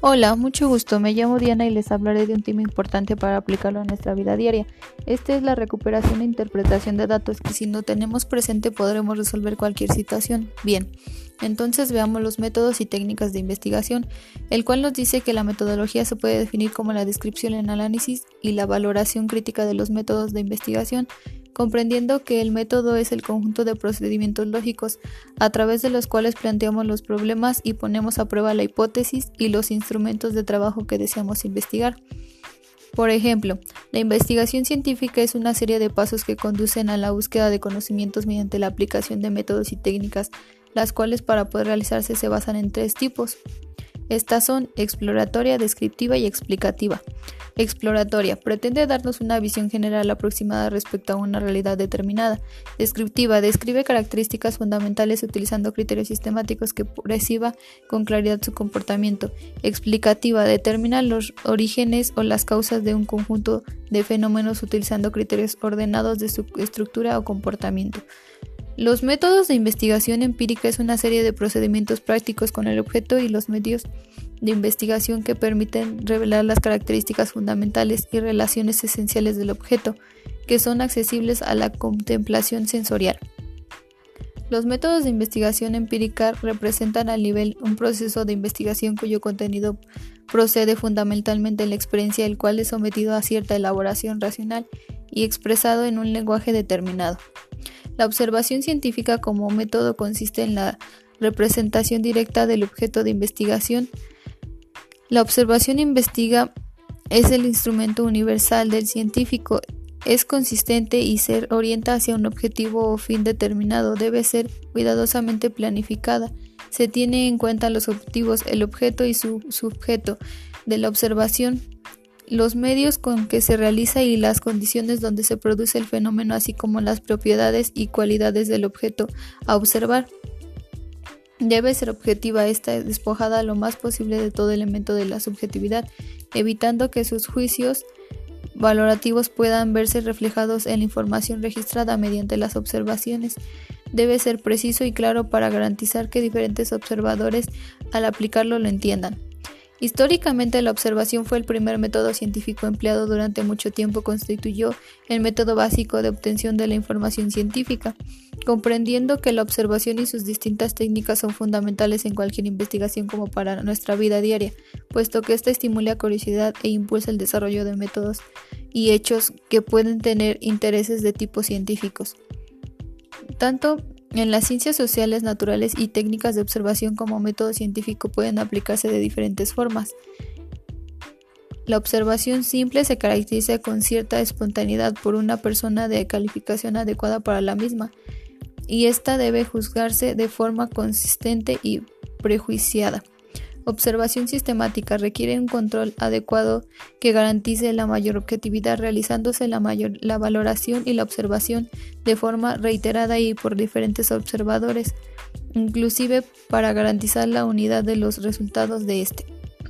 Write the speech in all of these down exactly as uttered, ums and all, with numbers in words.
Hola, mucho gusto. Me llamo Diana y les hablaré de un tema importante para aplicarlo a nuestra vida diaria. Esta es la recuperación e interpretación de datos que si no tenemos presente podremos resolver cualquier situación. Bien, entonces veamos los métodos y técnicas de investigación, el cual nos dice que la metodología se puede definir como la descripción, el análisis y la valoración crítica de los métodos de investigación, comprendiendo que el método es el conjunto de procedimientos lógicos a través de los cuales planteamos los problemas y ponemos a prueba la hipótesis y los instrumentos de trabajo que deseamos investigar. Por ejemplo, la investigación científica es una serie de pasos que conducen a la búsqueda de conocimientos mediante la aplicación de métodos y técnicas, las cuales para poder realizarse se basan en tres tipos. Estas son exploratoria, descriptiva y explicativa. Exploratoria pretende darnos una visión general aproximada respecto a una realidad determinada. Descriptiva describe características fundamentales utilizando criterios sistemáticos que perciba con claridad su comportamiento. Explicativa determina los orígenes o las causas de un conjunto de fenómenos utilizando criterios ordenados de su estructura o comportamiento. Los métodos de investigación empírica es una serie de procedimientos prácticos con el objeto y los medios de investigación que permiten revelar las características fundamentales y relaciones esenciales del objeto, que son accesibles a la contemplación sensorial. Los métodos de investigación empírica representan al nivel un proceso de investigación cuyo contenido procede fundamentalmente de la experiencia, el cual es sometido a cierta elaboración racional y expresado en un lenguaje determinado. La observación científica como método consiste en la representación directa del objeto de investigación. La observación investiga es el instrumento universal del científico, es consistente y se orienta hacia un objetivo o fin determinado, debe ser cuidadosamente planificada. Se tiene en cuenta los objetivos, el objeto y su sujeto de la observación, los medios con que se realiza y las condiciones donde se produce el fenómeno, así como las propiedades y cualidades del objeto a observar. Debe ser objetiva, esta despojada lo más posible de todo elemento de la subjetividad, evitando que sus juicios valorativos puedan verse reflejados en la información registrada mediante las observaciones. Debe ser preciso y claro para garantizar que diferentes observadores al aplicarlo lo entiendan. Históricamente, la observación fue el primer método científico empleado durante mucho tiempo, constituyó el método básico de obtención de la información científica, comprendiendo que la observación y sus distintas técnicas son fundamentales en cualquier investigación como para nuestra vida diaria, puesto que ésta estimula curiosidad e impulsa el desarrollo de métodos y hechos que pueden tener intereses de tipo científicos. Tanto en las ciencias sociales, naturales y técnicas de observación como método científico pueden aplicarse de diferentes formas. La observación simple se caracteriza con cierta espontaneidad por una persona de calificación adecuada para la misma, y ésta debe juzgarse de forma consistente y prejuiciada. Observación sistemática requiere un control adecuado que garantice la mayor objetividad, realizándose la, mayor, la valoración y la observación de forma reiterada y por diferentes observadores, inclusive para garantizar la unidad de los resultados de este.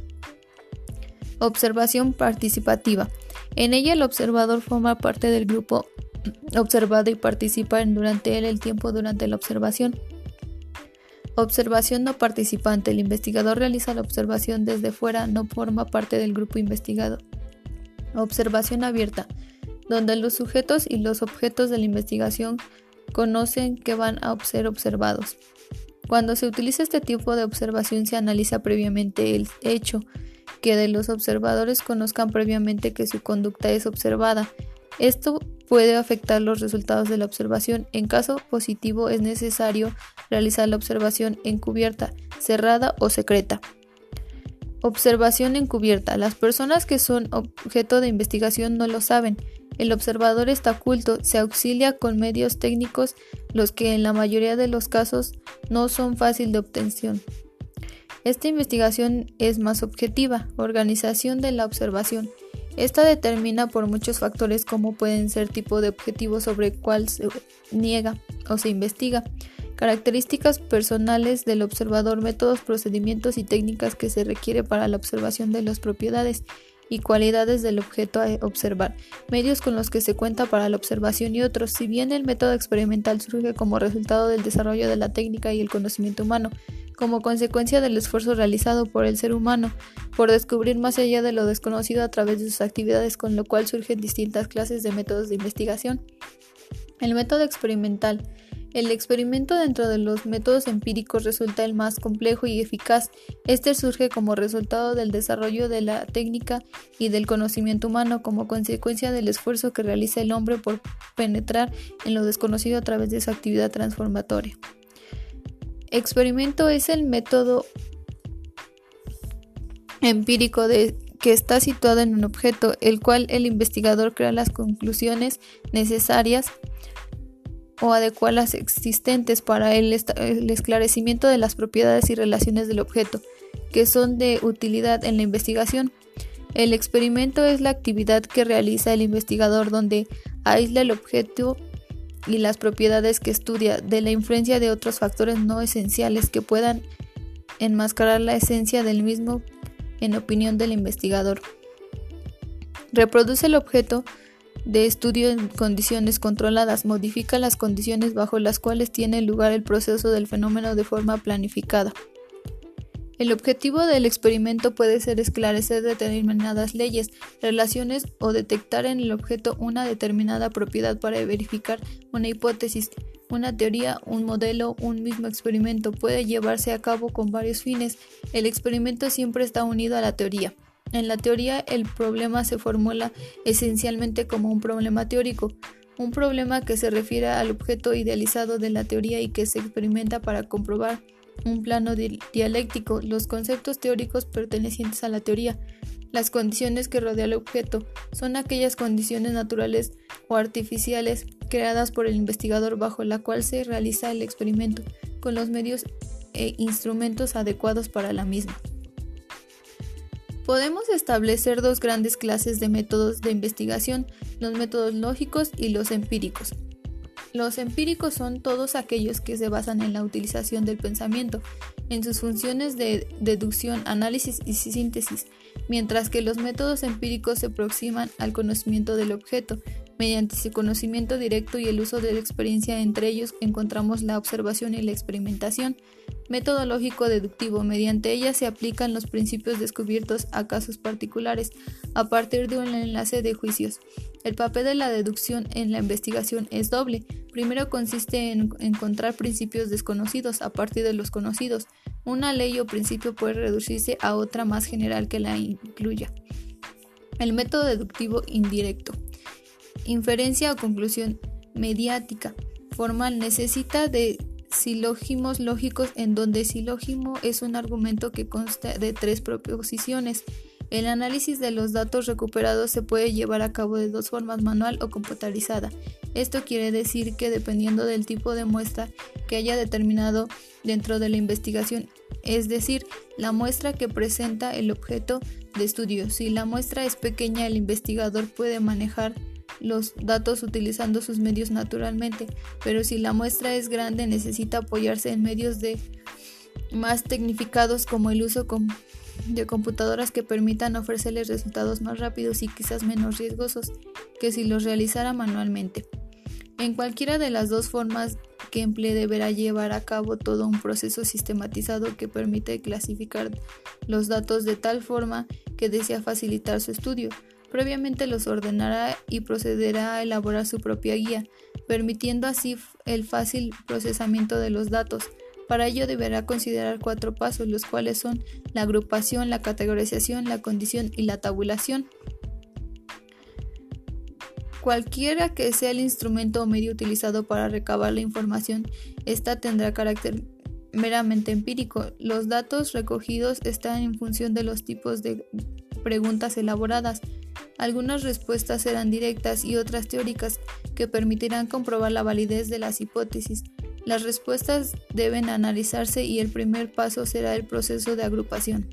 Observación participativa. En ella el observador forma parte del grupo observado y participa en, durante él el tiempo durante la observación. Observación no participante. El investigador realiza la observación desde fuera, no forma parte del grupo investigado. Observación abierta, donde los sujetos y los objetos de la investigación conocen que van a ser observados. Cuando se utiliza este tipo de observación se analiza previamente el hecho, que de los observadores conozcan previamente que su conducta es observada. Esto puede afectar los resultados de la observación. En caso positivo es necesario realizar la observación encubierta, cerrada o secreta. Observación encubierta. Las personas que son objeto de investigación no lo saben. El observador está oculto, se auxilia con medios técnicos, los que en la mayoría de los casos no son fácil de obtención. Esta investigación es más objetiva. Organización de la observación. Esta determina por muchos factores cómo pueden ser tipo de objetivo sobre el cual se niega o se investiga, características personales del observador, métodos, procedimientos y técnicas que se requiere para la observación de las propiedades y cualidades del objeto a observar, medios con los que se cuenta para la observación y otros. Si bien el método experimental surge como resultado del desarrollo de la técnica y el conocimiento humano, como consecuencia del esfuerzo realizado por el ser humano por descubrir más allá de lo desconocido a través de sus actividades, con lo cual surgen distintas clases de métodos de investigación. El método experimental. El experimento dentro de los métodos empíricos resulta el más complejo y eficaz. Este surge como resultado del desarrollo de la técnica y del conocimiento humano, como consecuencia del esfuerzo que realiza el hombre por penetrar en lo desconocido a través de su actividad transformatoria. Experimento es el método empírico de, que está situado en un objeto, el cual el investigador crea las conclusiones necesarias o adecuadas existentes para el, el esclarecimiento de las propiedades y relaciones del objeto, que son de utilidad en la investigación. El experimento es la actividad que realiza el investigador donde aísla el objeto y las propiedades que estudia de la influencia de otros factores no esenciales que puedan enmascarar la esencia del mismo en opinión del investigador. Reproduce el objeto de estudio en condiciones controladas, modifica las condiciones bajo las cuales tiene lugar el proceso del fenómeno de forma planificada. El objetivo del experimento puede ser esclarecer determinadas leyes, relaciones o detectar en el objeto una determinada propiedad para verificar una hipótesis, una teoría, un modelo. Un mismo experimento puede llevarse a cabo con varios fines. El experimento siempre está unido a la teoría. En la teoría, el problema se formula esencialmente como un problema teórico, un problema que se refiere al objeto idealizado de la teoría y que se experimenta para comprobar un plano di- dialéctico. Los conceptos teóricos pertenecientes a la teoría. Las condiciones que rodean el objeto son aquellas condiciones naturales o artificiales creadas por el investigador bajo la cual se realiza el experimento, con los medios e instrumentos adecuados para la misma. Podemos establecer dos grandes clases de métodos de investigación, los métodos lógicos y los empíricos. Los empíricos son todos aquellos que se basan en la utilización del pensamiento, en sus funciones de deducción, análisis y síntesis, mientras que los métodos empíricos se aproximan al conocimiento del objeto. Mediante su conocimiento directo y el uso de la experiencia, entre ellos encontramos la observación y la experimentación. Método lógico deductivo. Mediante ella se aplican los principios descubiertos a casos particulares, a partir de un enlace de juicios. El papel de la deducción en la investigación es doble. Primero consiste en encontrar principios desconocidos a partir de los conocidos. Una ley o principio puede reducirse a otra más general que la incluya. El método deductivo indirecto. Inferencia o conclusión mediática formal necesita de silógismos lógicos, en donde silógismo es un argumento que consta de tres proposiciones. El análisis de los datos recuperados se puede llevar a cabo de dos formas, manual o computarizada. Esto quiere decir que dependiendo del tipo de muestra que haya determinado dentro de la investigación, es decir, la muestra que presenta el objeto de estudio. Si la muestra es pequeña, el investigador puede manejar los datos utilizando sus medios naturalmente, pero si la muestra es grande, necesita apoyarse en medios de más tecnificados, como el uso de computadoras que permitan ofrecerles resultados más rápidos y quizás menos riesgosos que si los realizara manualmente. En cualquiera de las dos formas que emplee, deberá llevar a cabo todo un proceso sistematizado que permite clasificar los datos de tal forma que desea facilitar su estudio. Previamente los ordenará y procederá a elaborar su propia guía, permitiendo así el fácil procesamiento de los datos. Para ello deberá considerar cuatro pasos, los cuales son la agrupación, la categorización, la condición y la tabulación. Cualquiera que sea el instrumento o medio utilizado para recabar la información, esta tendrá carácter meramente empírico. Los datos recogidos están en función de los tipos de preguntas elaboradas. Algunas respuestas serán directas y otras teóricas, que permitirán comprobar la validez de las hipótesis. Las respuestas deben analizarse y el primer paso será el proceso de agrupación.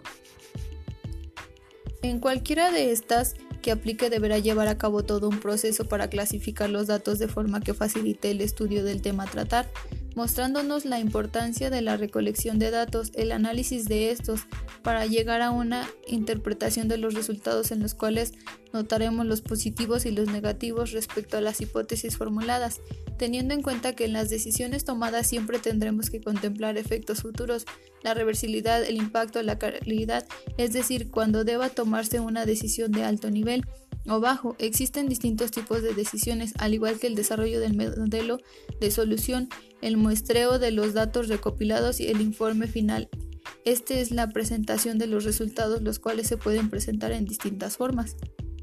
En cualquiera de estas que aplique, deberá llevar a cabo todo un proceso para clasificar los datos de forma que facilite el estudio del tema a tratar. mostrándonos la importancia de la recolección de datos, el análisis de estos, para llegar a una interpretación de los resultados en los cuales notaremos los positivos y los negativos respecto a las hipótesis formuladas, teniendo en cuenta que en las decisiones tomadas siempre tendremos que contemplar efectos futuros, la reversibilidad, el impacto, la calidad, es decir, cuando deba tomarse una decisión de alto nivel o bajo. Existen distintos tipos de decisiones, al igual que el desarrollo del modelo de solución, el muestreo de los datos recopilados y el informe final. Esta es la presentación de los resultados, los cuales se pueden presentar en distintas formas.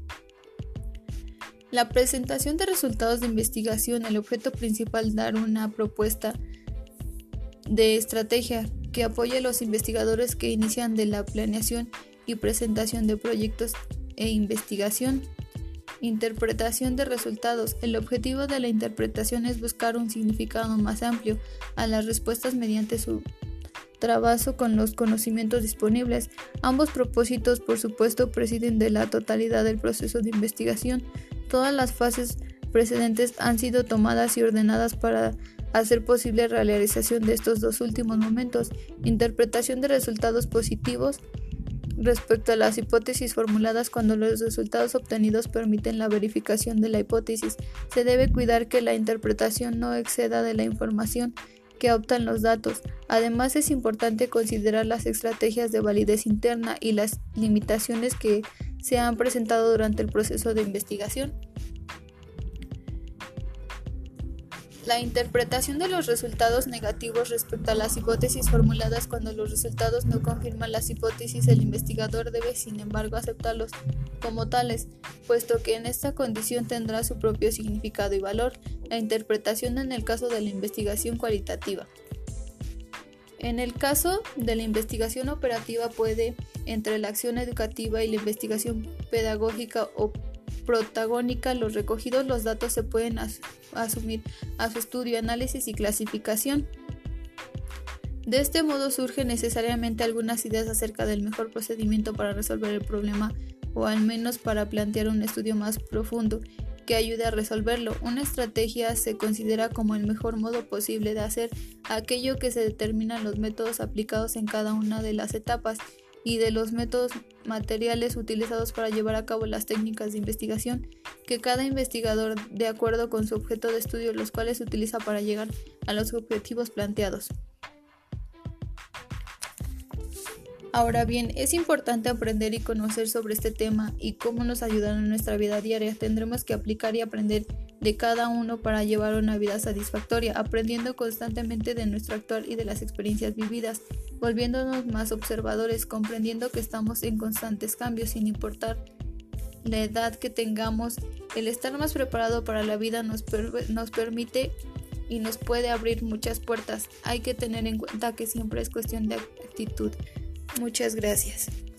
La presentación de resultados de investigación, el objeto principal es dar una propuesta de estrategia que apoye a los investigadores que inician de la planeación y presentación de proyectos e investigación. Interpretación de resultados. El objetivo de la interpretación es buscar un significado más amplio a las respuestas mediante su trabajo con los conocimientos disponibles. Ambos propósitos, por supuesto, presiden de la totalidad del proceso de investigación. Todas las fases precedentes han sido tomadas y ordenadas para hacer posible la realización de estos dos últimos momentos. Interpretación de resultados positivos. Respecto a las hipótesis formuladas, cuando los resultados obtenidos permiten la verificación de la hipótesis, se debe cuidar que la interpretación no exceda de la información que optan los datos. Además, es importante considerar las estrategias de validez interna y las limitaciones que se han presentado durante el proceso de investigación. La interpretación de los resultados negativos respecto a las hipótesis formuladas. Cuando los resultados no confirman las hipótesis, el investigador debe, sin embargo, aceptarlos como tales, puesto que en esta condición tendrá su propio significado y valor. La interpretación en el caso de la investigación cualitativa. En el caso de la investigación operativa puede, entre la acción educativa y la investigación pedagógica o protagónica, los recogidos los datos se pueden as- asumir a su estudio, análisis y clasificación. De este modo surgen necesariamente algunas ideas acerca del mejor procedimiento para resolver el problema, o al menos para plantear un estudio más profundo que ayude a resolverlo. Una estrategia se considera como el mejor modo posible de hacer aquello que se determinan los métodos aplicados en cada una de las etapas y de los métodos materiales utilizados para llevar a cabo las técnicas de investigación que cada investigador, de acuerdo con su objeto de estudio, los cuales utiliza para llegar a los objetivos planteados. Ahora bien, es importante aprender y conocer sobre este tema y cómo nos ayudan en nuestra vida diaria. Tendremos que aplicar y aprender de cada uno para llevar una vida satisfactoria, aprendiendo constantemente de nuestro actuar y de las experiencias vividas, volviéndonos más observadores, comprendiendo que estamos en constantes cambios sin importar la edad que tengamos. El estar más preparado para la vida nos, per- nos permite y nos puede abrir muchas puertas. Hay que tener en cuenta que siempre es cuestión de actitud. Muchas gracias.